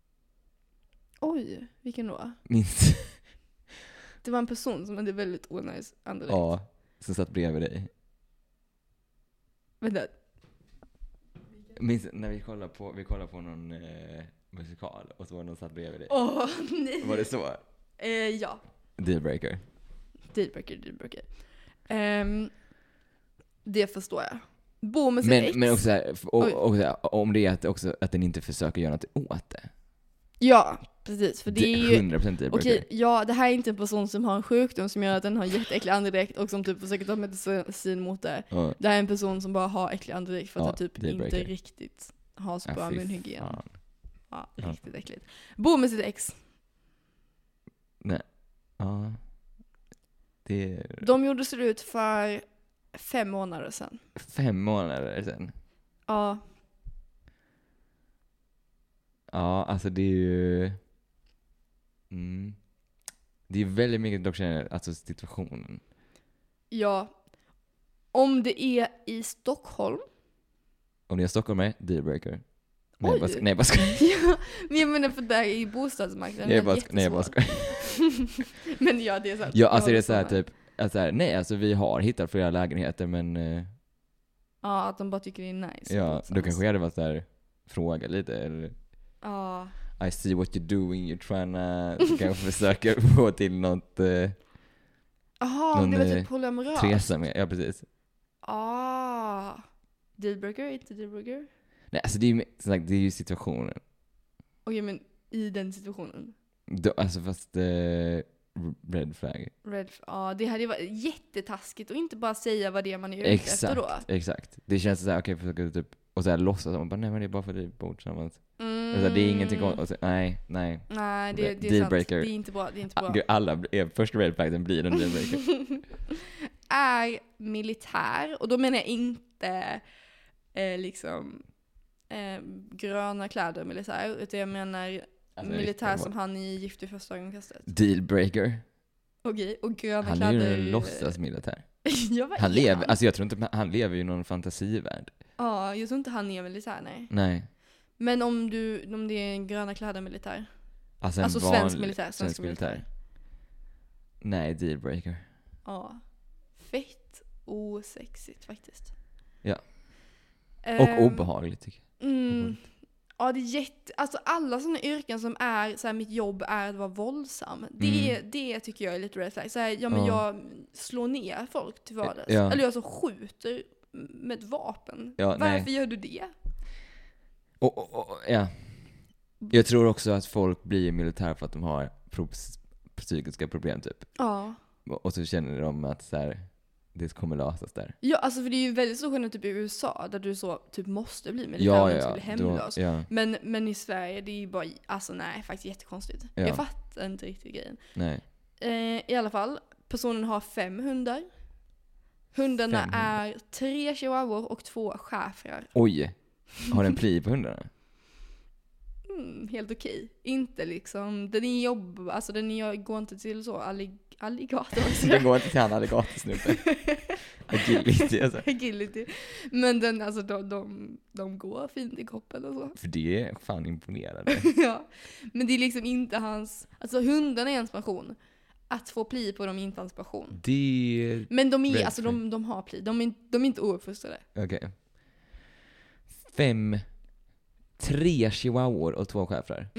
Oj, vilken då? Minst. Det var en person som hade väldigt onajs andedräkt. Ja, som satt bredvid dig. Vänta. Minns när vi kollade på någon musikal och så var någon satt bredvid dig. Nej. Var det så? Ja. Dealbreaker. Dealbreaker. Det förstår jag. Bo med sin ex. Men också, och om det är att den inte försöker göra något åt det. Ja, precis. För det är ju 100% dealbreaker. Okej, ja, det här är inte en person som har en sjukdom som gör att den har jätteäcklig andedräkt och som typ försöker ta medicin mot det. Ja. Det här är en person som bara har äcklig andedräkt för att han typ dealbreaker. inte riktigt har så bra munhygien. Ja, Ja. riktigt äckligt. Bo med sitt ex. Nej. Ja. De gjorde slut för 5 månader sedan. 5 månader sedan. Ja. Ja, alltså det är ju... Det är väldigt mycket dock känner, alltså situationen. Ja. Om det är i Stockholm. Om det är stockholmare, dealbreaker. Oj. Nej, vad ska jag? Ja, men jag menar för där är ju bostadsmarknaden jättesvår. Men ja, det är sant. Ja, alltså det är så här typ, alltså nej, alltså vi har hittat flera lägenheter, men... Ja, att de bara tycker det är nice. Ja, då kanske jag hade varit där, fråga lite, eller... Ja. I see what you're doing, you're trying to... kanske försöka få till något... Jaha, det var typ polyamorös. Tresa med, ja precis. Dealbreaker, inte dealbreaker? Nej, alltså det är ju, som sagt, det är ju situationen. Okej, men i den situationen? Alltså fast red flag. Det hade ju varit jättetaskigt och inte bara säga vad det är man är ute efter då. Exakt. Det känns så här, okej, försöka typ, och så här låtsas som, nej men det är bara för att vi bor tillsammans. Alltså, det är ingenting, och så, nej. Nej, det är dealbreaker. Sant. Det är inte bra, Alla, första red flaggen blir en dealbreaker. Är militär, och då menar jag inte liksom gröna kläder militär, utan jag menar alltså, militär som han i Gift vid första ögonkastet. Dealbreaker. Okej, och gröna han kläder. Han är ju en låtsasmilitär. Han lever, alltså jag tror inte, han lever ju i någon fantasivärld. Ja, jag tror inte han är militär, nej. Men om det är en gröna kläder militär. Alltså svensk militär. Nej, dealbreaker. Ja. Fett osexigt faktiskt. Ja. Och obehagligt tycker jag. Ja, det är alltså alla sådana yrken som är så här, mitt jobb är att vara våldsam. Det tycker jag är lite red flag. Så här, men jag slår ner folk till vardags. Ja. Eller jag så skjuter med ett vapen. Ja, varför gör du det? Ja. Jag tror också att folk blir militär för att de har psykiska problem typ. Ja. Och så känner de att så här, det kommer lösas där. Ja, alltså för det är ju väldigt så skillnad typ i USA där du så typ måste bli militär om du ska bli hemlös. Då, ja. Men i Sverige det är ju bara, alltså nej, faktiskt jättekonstigt. Ja. Jag fattar inte riktigt grejen. Nej. I alla fall, personen har 5 hundar. Hundarna 500. är 3 chihuahuor och 2 schäfrar. Oj, har den pli på hundarna? Helt okej. Inte liksom, den är alltså går inte till så alligator. Den går inte till han alligatorsnubben. Agility alltså. Agility. Men den, alltså de går fint i kroppen och så. För det är fan imponerande. Ja. Men det är liksom inte hans, alltså hundarna är hans passion. Att få pli på dem är inte hans passion. Men de är, alltså de har pli. De är inte ouppfostrade. Okej. 3 chihuahuor och 2 schäfrar.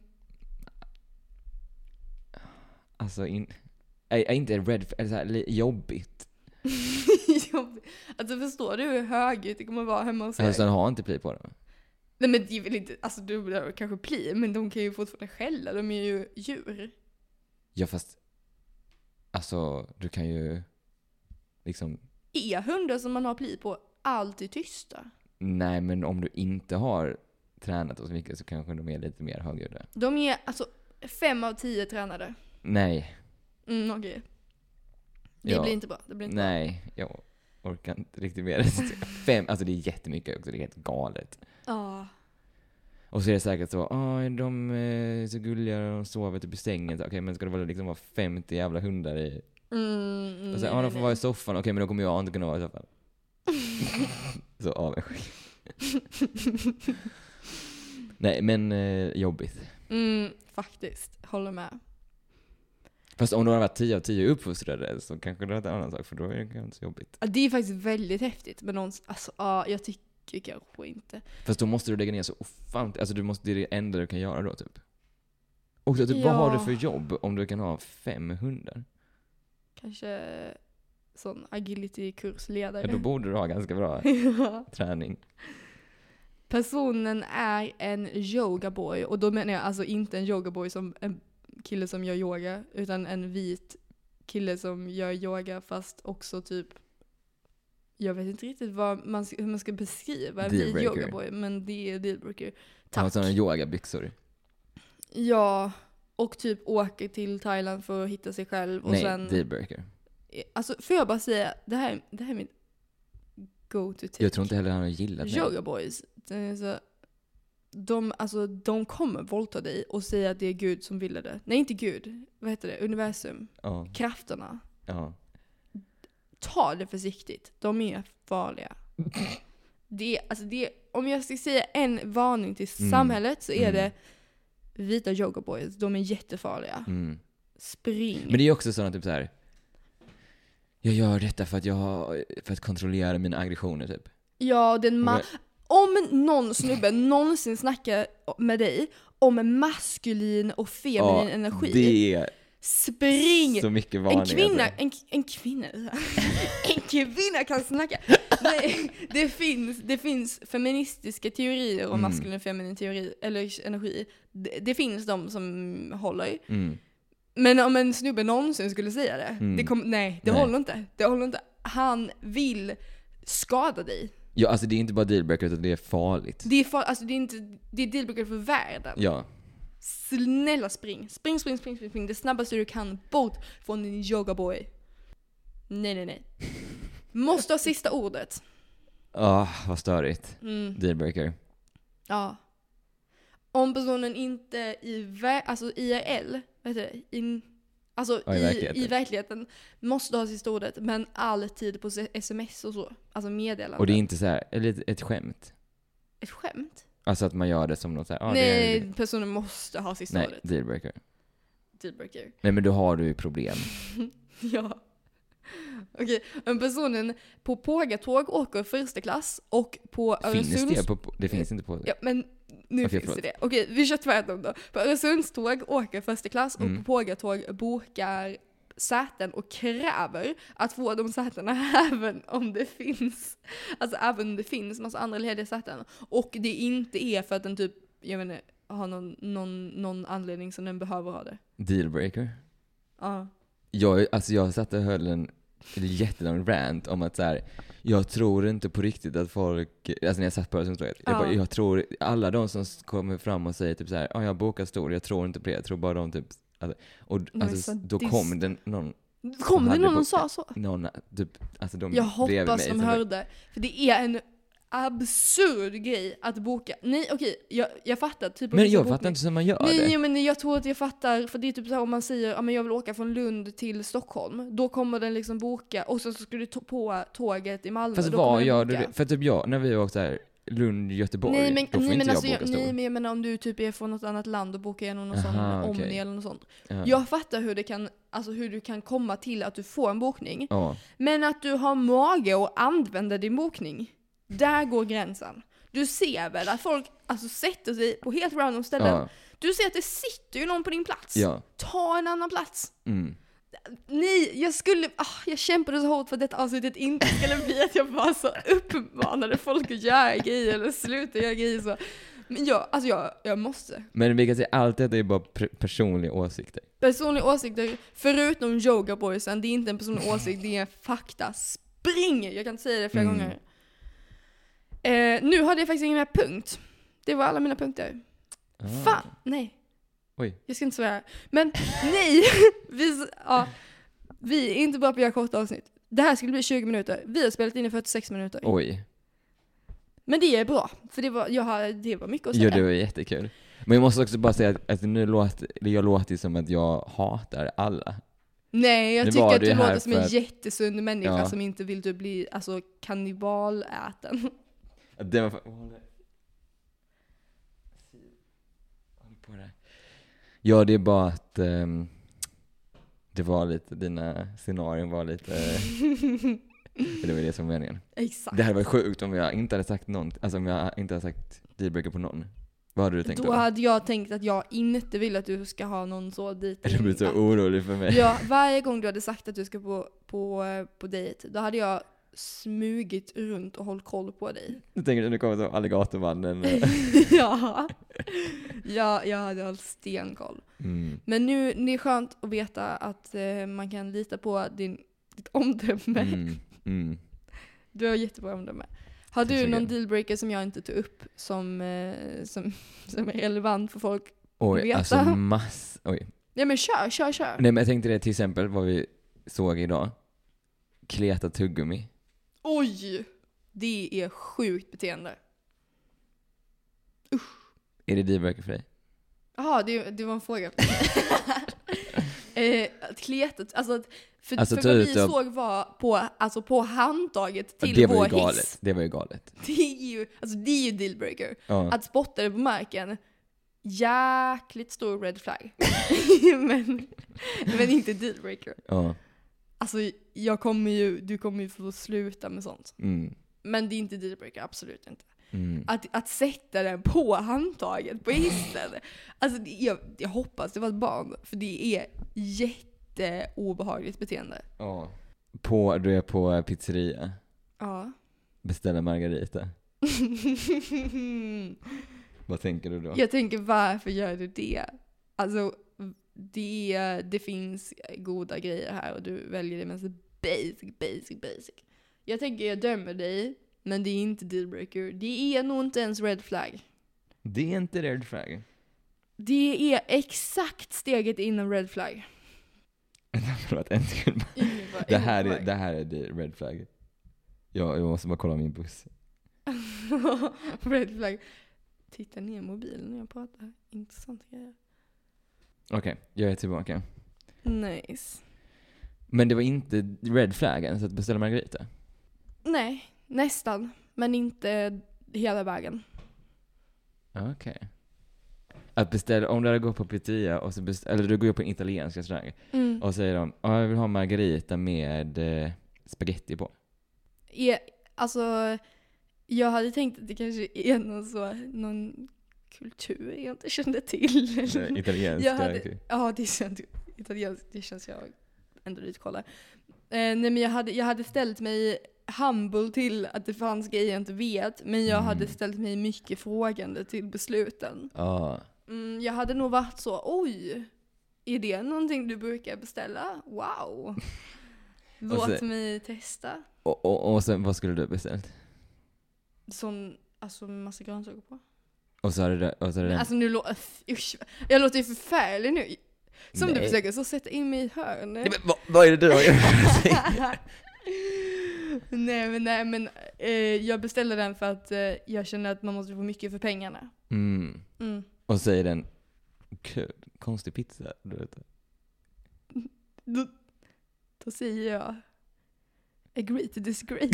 Alltså är inte rädd för, är det så här jobbigt? Alltså förstår du hur högt det kommer vara hemma hos dig? Alltså den har inte pli på dem. Nej men det är väl inte, alltså du har kanske pli, men de kan ju fortfarande skälla, de är ju djur. Ja fast, alltså du kan ju liksom... Är hundar som man har pli på alltid tysta? Nej, men om du inte har tränat så mycket så kanske de är lite mer högljudda. De är alltså 5 av 10 tränade. Nej. Okej. Det blir inte bra. Nej, jag orkar inte riktigt mer. 5, alltså det är jättemycket också, det är helt galet. Ja. Och så är det säkert så, de är så gulliga och de sover typ i sängen. Okej, men ska det liksom vara 50 jävla hundar i? Och så, de får vara i soffan. Okej, men då kommer jag inte kunna vara i soffan. Så avundsjuk. Nej, men jobbigt. Faktiskt, håller med. Fast om de har varit 10 av 10 uppfostrade så kanske det är en annan sak, för då är det kanske inte så jobbigt. Ja, det är faktiskt väldigt häftigt. Men alltså, jag tycker kanske inte. Fast då måste du lägga ner så ofantligt. Alltså det är det enda du kan göra då typ. Och så, typ, vad har du för jobb om du kan ha 5 hundar? Kanske sån agility-kursledare. Ja, då borde du ha ganska bra träning. Personen är en yogaboy. Och då menar jag alltså inte en yogaboy som en kille som gör yoga, utan en vit kille som gör yoga fast också typ, jag vet inte riktigt hur man ska beskriva en vit yogaboy, men det är dealbreaker. Tack. Har sådana yogabyxor. Ja, och typ åker till Thailand för att hitta sig själv. Och sen dealbreaker. Alltså, får jag bara säga, det här är mitt go-to-tip. Jag tror inte heller han har gillat det. Yogaboys, de kommer våldta dig och säga att det är Gud som ville det. Nej, inte Gud. Vad heter det? Universum. Ja. Krafterna. Ja. Ta det försiktigt. De är farliga. Om jag ska säga en varning till samhället så är det vita yogaboys. De är jättefarliga. Spring. Men det är också sådana typ så här. Jag gör detta för att kontrollera mina aggressioner typ. Ja, om någon snubbe någonsin snackar med dig om en maskulin och feminin energi. Det är spring! Så mycket varning. En kvinna kan snacka. Nej, det finns feministiska teorier om maskulin och feminin teori eller energi. Det finns de som håller. Men om en snubbe någonsin skulle säga det, det håller inte. Det håller inte. Han vill skada dig. Ja, alltså det är inte bara dealbreaker utan det är farligt. Det är dealbreaker för världen. Ja. Snälla spring. Spring. Det snabbaste du kan bort från din yogaboy. Nej. Måste ha sista ordet. Vad störigt. Dealbreaker. Ja. Om personen inte IRL, vad heter det? I verkligheten måste ha sista ordet, men alltid på sms och så. Alltså meddelande. Och det är inte så här, eller ett skämt. Ett skämt? Alltså att man gör det som något så här. Nej, personen måste ha sista ordet. Nej, dealbreaker. Nej, men då har du ju problem. Ja. Okej, en personen på pågatåg åker första klass och på Öresunds... Det finns inte på... Ja, men nu finns det. Okej, vi kör tvärtom då. På Öresundståg åker första klass och på pågatåg bokar säten och kräver att få de sätena även om det finns massa andra lediga säten. Och det inte är för att den typ, jag vet inte, har någon anledning som den behöver ha det. Dealbreaker? Ja. Jag satt och höll en jättelång rant om att så här, jag tror inte på riktigt att folk, alltså när jag satt på Öresundståget, jag tror alla de som kommer fram och säger typ så här, jag har bokat stor, jag tror inte på det, jag tror bara de typ, alltså, då kom det någon. Kom det någon och sa så? Någon, typ, alltså jag hoppas de hörde. För det är en absurd grej att boka. Nej, okej, jag fattar. Typ men jag fattar inte hur man gör det. Nej, men jag tror att jag fattar. För det är typ så här, om man säger men jag vill åka från Lund till Stockholm. Då kommer den liksom boka. Och så ska du på tåget i Malmö. Fast vad gör du det? För typ när vi åkte här Lund, Göteborg, då får inte jag boka stor. Nej, men jag menar om du typ är från något annat land och bokar genom någon sån Omni eller något sånt. Aha. Jag fattar hur du kan komma till att du får en bokning. Men att du har mage att använda din bokning. Där går gränsen. Du ser väl att folk sätter sig på helt random ställen. Du ser att det sitter ju någon på din plats. Ta en annan plats. Nej, jag kämpade så hårt för att detta avsnittet inte skulle bli att jag bara så uppmanade folk att göra grejer eller sluta göra grejer så. Men jag måste. Men vi kan säga allt detta är bara personliga åsikter. Personliga åsikter, förutom yoga boysen, det är inte en personlig åsikt, det är fakta. Spring! Jag kan inte säga det flera gånger. Nu hade jag faktiskt ingen mer punkt. Det var alla mina punkter. Fan, nej. Oj. Jag ska inte svära. Men nej, vi är inte bra på att göra korta avsnitt. Det här skulle bli 20 minuter. Vi har spelat in i 46 minuter. Oj. Men det är bra, för det var mycket att säga. Jo, det var jättekul. Men jag måste också bara säga att nu jag låter som att jag hatar alla. Nej, jag tycker att du låter som en jättesund människa som inte vill typ bli kannibaläten. Det var Ja, det är bara att det var lite, dina scenarion var lite det var det som var meningen. Exakt. Det här var sjukt om jag inte hade sagt något, alltså om jag inte hade sagt dealbreaker på någon. Vad hade du tänkt då? Då hade jag tänkt att jag inte vill att du ska ha någon så dit. Du blir så orolig för mig. Ja, varje gång du hade sagt att du ska på dejt, då hade jag smugit runt och hållit koll på dig. Du tänker att nu kommer så alligatormannen. Ja, jag hade hållit stenkoll. Men nu det är skönt att veta att man kan lita på ditt omdöme. Du har jättebra omdöme. Har du någon dealbreaker som jag inte tog upp som är relevant för folk att veta? Oj. Nej, men kör. Nej, men jag tänkte det till exempel vad vi såg idag. Kleta tuggummi. Oj! Det är sjukt beteende. Usch. Är det dealbreaker för dig? Jaha, det var en fråga. Att kletet, för vad vi såg var på handtaget till vår hiss. Det var ju galet. Det är ju dealbreaker. Att spotta det på marken, jäkligt stor red flag. men inte dealbreaker. Alltså, du kommer ju få sluta med sånt. Men det är inte dealbreaker, absolut inte. Att sätta den på handtaget på hissen. Alltså, jag hoppas det var ett barn, för det är jätteobehagligt beteende. Du är på pizzeria. Beställer margarita. Vad tänker du då? Jag tänker, varför gör du det? Alltså, det finns goda grejer här och du väljer det mest basic. Jag tänker, jag dömer dig, men det är inte dealbreaker. Det är nog inte ens red flag. Det är inte red flag. Det är exakt steget innan red flag. Förlåt, en sekund. Det här är red flag. Jag måste bara kolla min buss. Red flag. Titta ner i mobilen när jag pratar. Intressant grejer. Okej, jag är tillbaka. Nice. Men det var inte red flaggen så att beställa margarita? Nej, nästan. Men inte hela vägen. Okej. Att beställa, om du går på pizzeria och så eller du går på en italiensk restaurang och säger de, jag vill ha margarita med spaghetti på. Jag hade tänkt att det kanske är någon kultur jag inte kände till. Italiensk. Det känns jag ändå lite kolla. Nej, men jag hade ställt mig humble till att det fanns grejer jag inte vet, men jag hade ställt mig mycket frågande till besluten. Jag hade nog varit så, oj, är det någonting du brukar beställa? Wow. Låt mig testa. Och sen, vad skulle du beställt? Sån, alltså massa grönsaker på. Och så är det den. Alltså nu jag låter ju förfärlig nu. Som du försöker så sätta in mig i hörn. Nej, men vad är det du har gjort? Nej men jag beställde den för att jag känner att man måste få mycket för pengarna. Och säger den, konstig pizza, du vet. Då säger jag agree to disagree.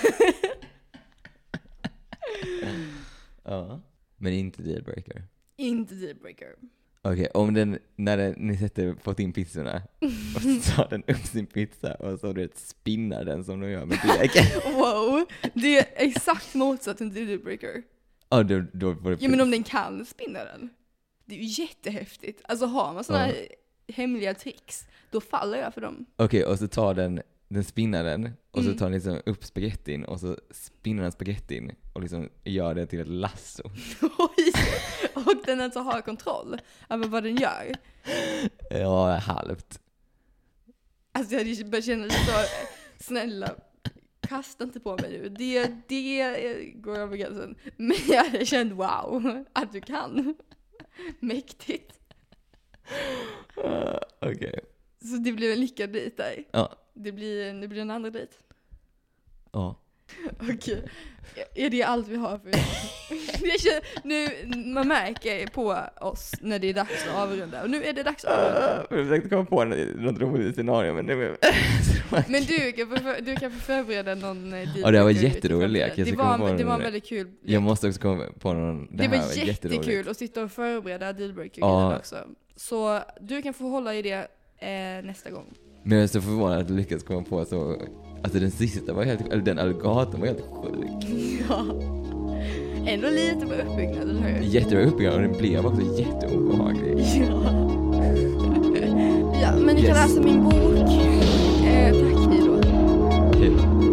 Ja, men inte dealbreaker. Inte dealbreaker. Okej, om ni fått in pizzorna och så tar den upp sin pizza och så spinnar den som de gör med deg. Wow, det är exakt motsatt till dealbreaker. Ja, då var det ja, men om den kan spinna den. Det är ju jättehäftigt. Alltså har man såna här hemliga tricks, då faller jag för dem. Okej, och så tar den spinnar den och så tar den liksom upp spagettin och så spinnar den spagettin och liksom gör det till ett lasso. Oj, och den alltså har kontroll över vad den gör. Ja, halvt. Alltså jag bara känner så, snälla, kasta inte på mig nu. Det går över gränsen. Men jag kände wow, att du kan. Mäktigt. Okej. Så det blir en lyckad dejt där. Ja. Det blir en andra dejt. Ja. Okej. Är det allt vi har för nu? Man märker på oss när det är dags att avrunda. Och nu är det dags att avrunda. Jag försökte komma på något roligt scenario, men det var... Men du kan få förbereda någon deal. Ja, det var jätterolig lek. Det var väldigt kul lek. Jag måste också komma på någon... Det var jättekul att sitta och förbereda dealbreaker också. Så du kan få hålla i det nästa gång. Men jag är så förvånad att du lyckades komma på så... Alltså den sista var helt... Eller den alligatorn var helt sjuk. Ja. Ändå lite på uppbyggnad, eller hur? Jättebra uppbyggnad och den blev också jätteobehaglig. Ja, men ni kan läsa min bok. Tack, hejdå. Hej.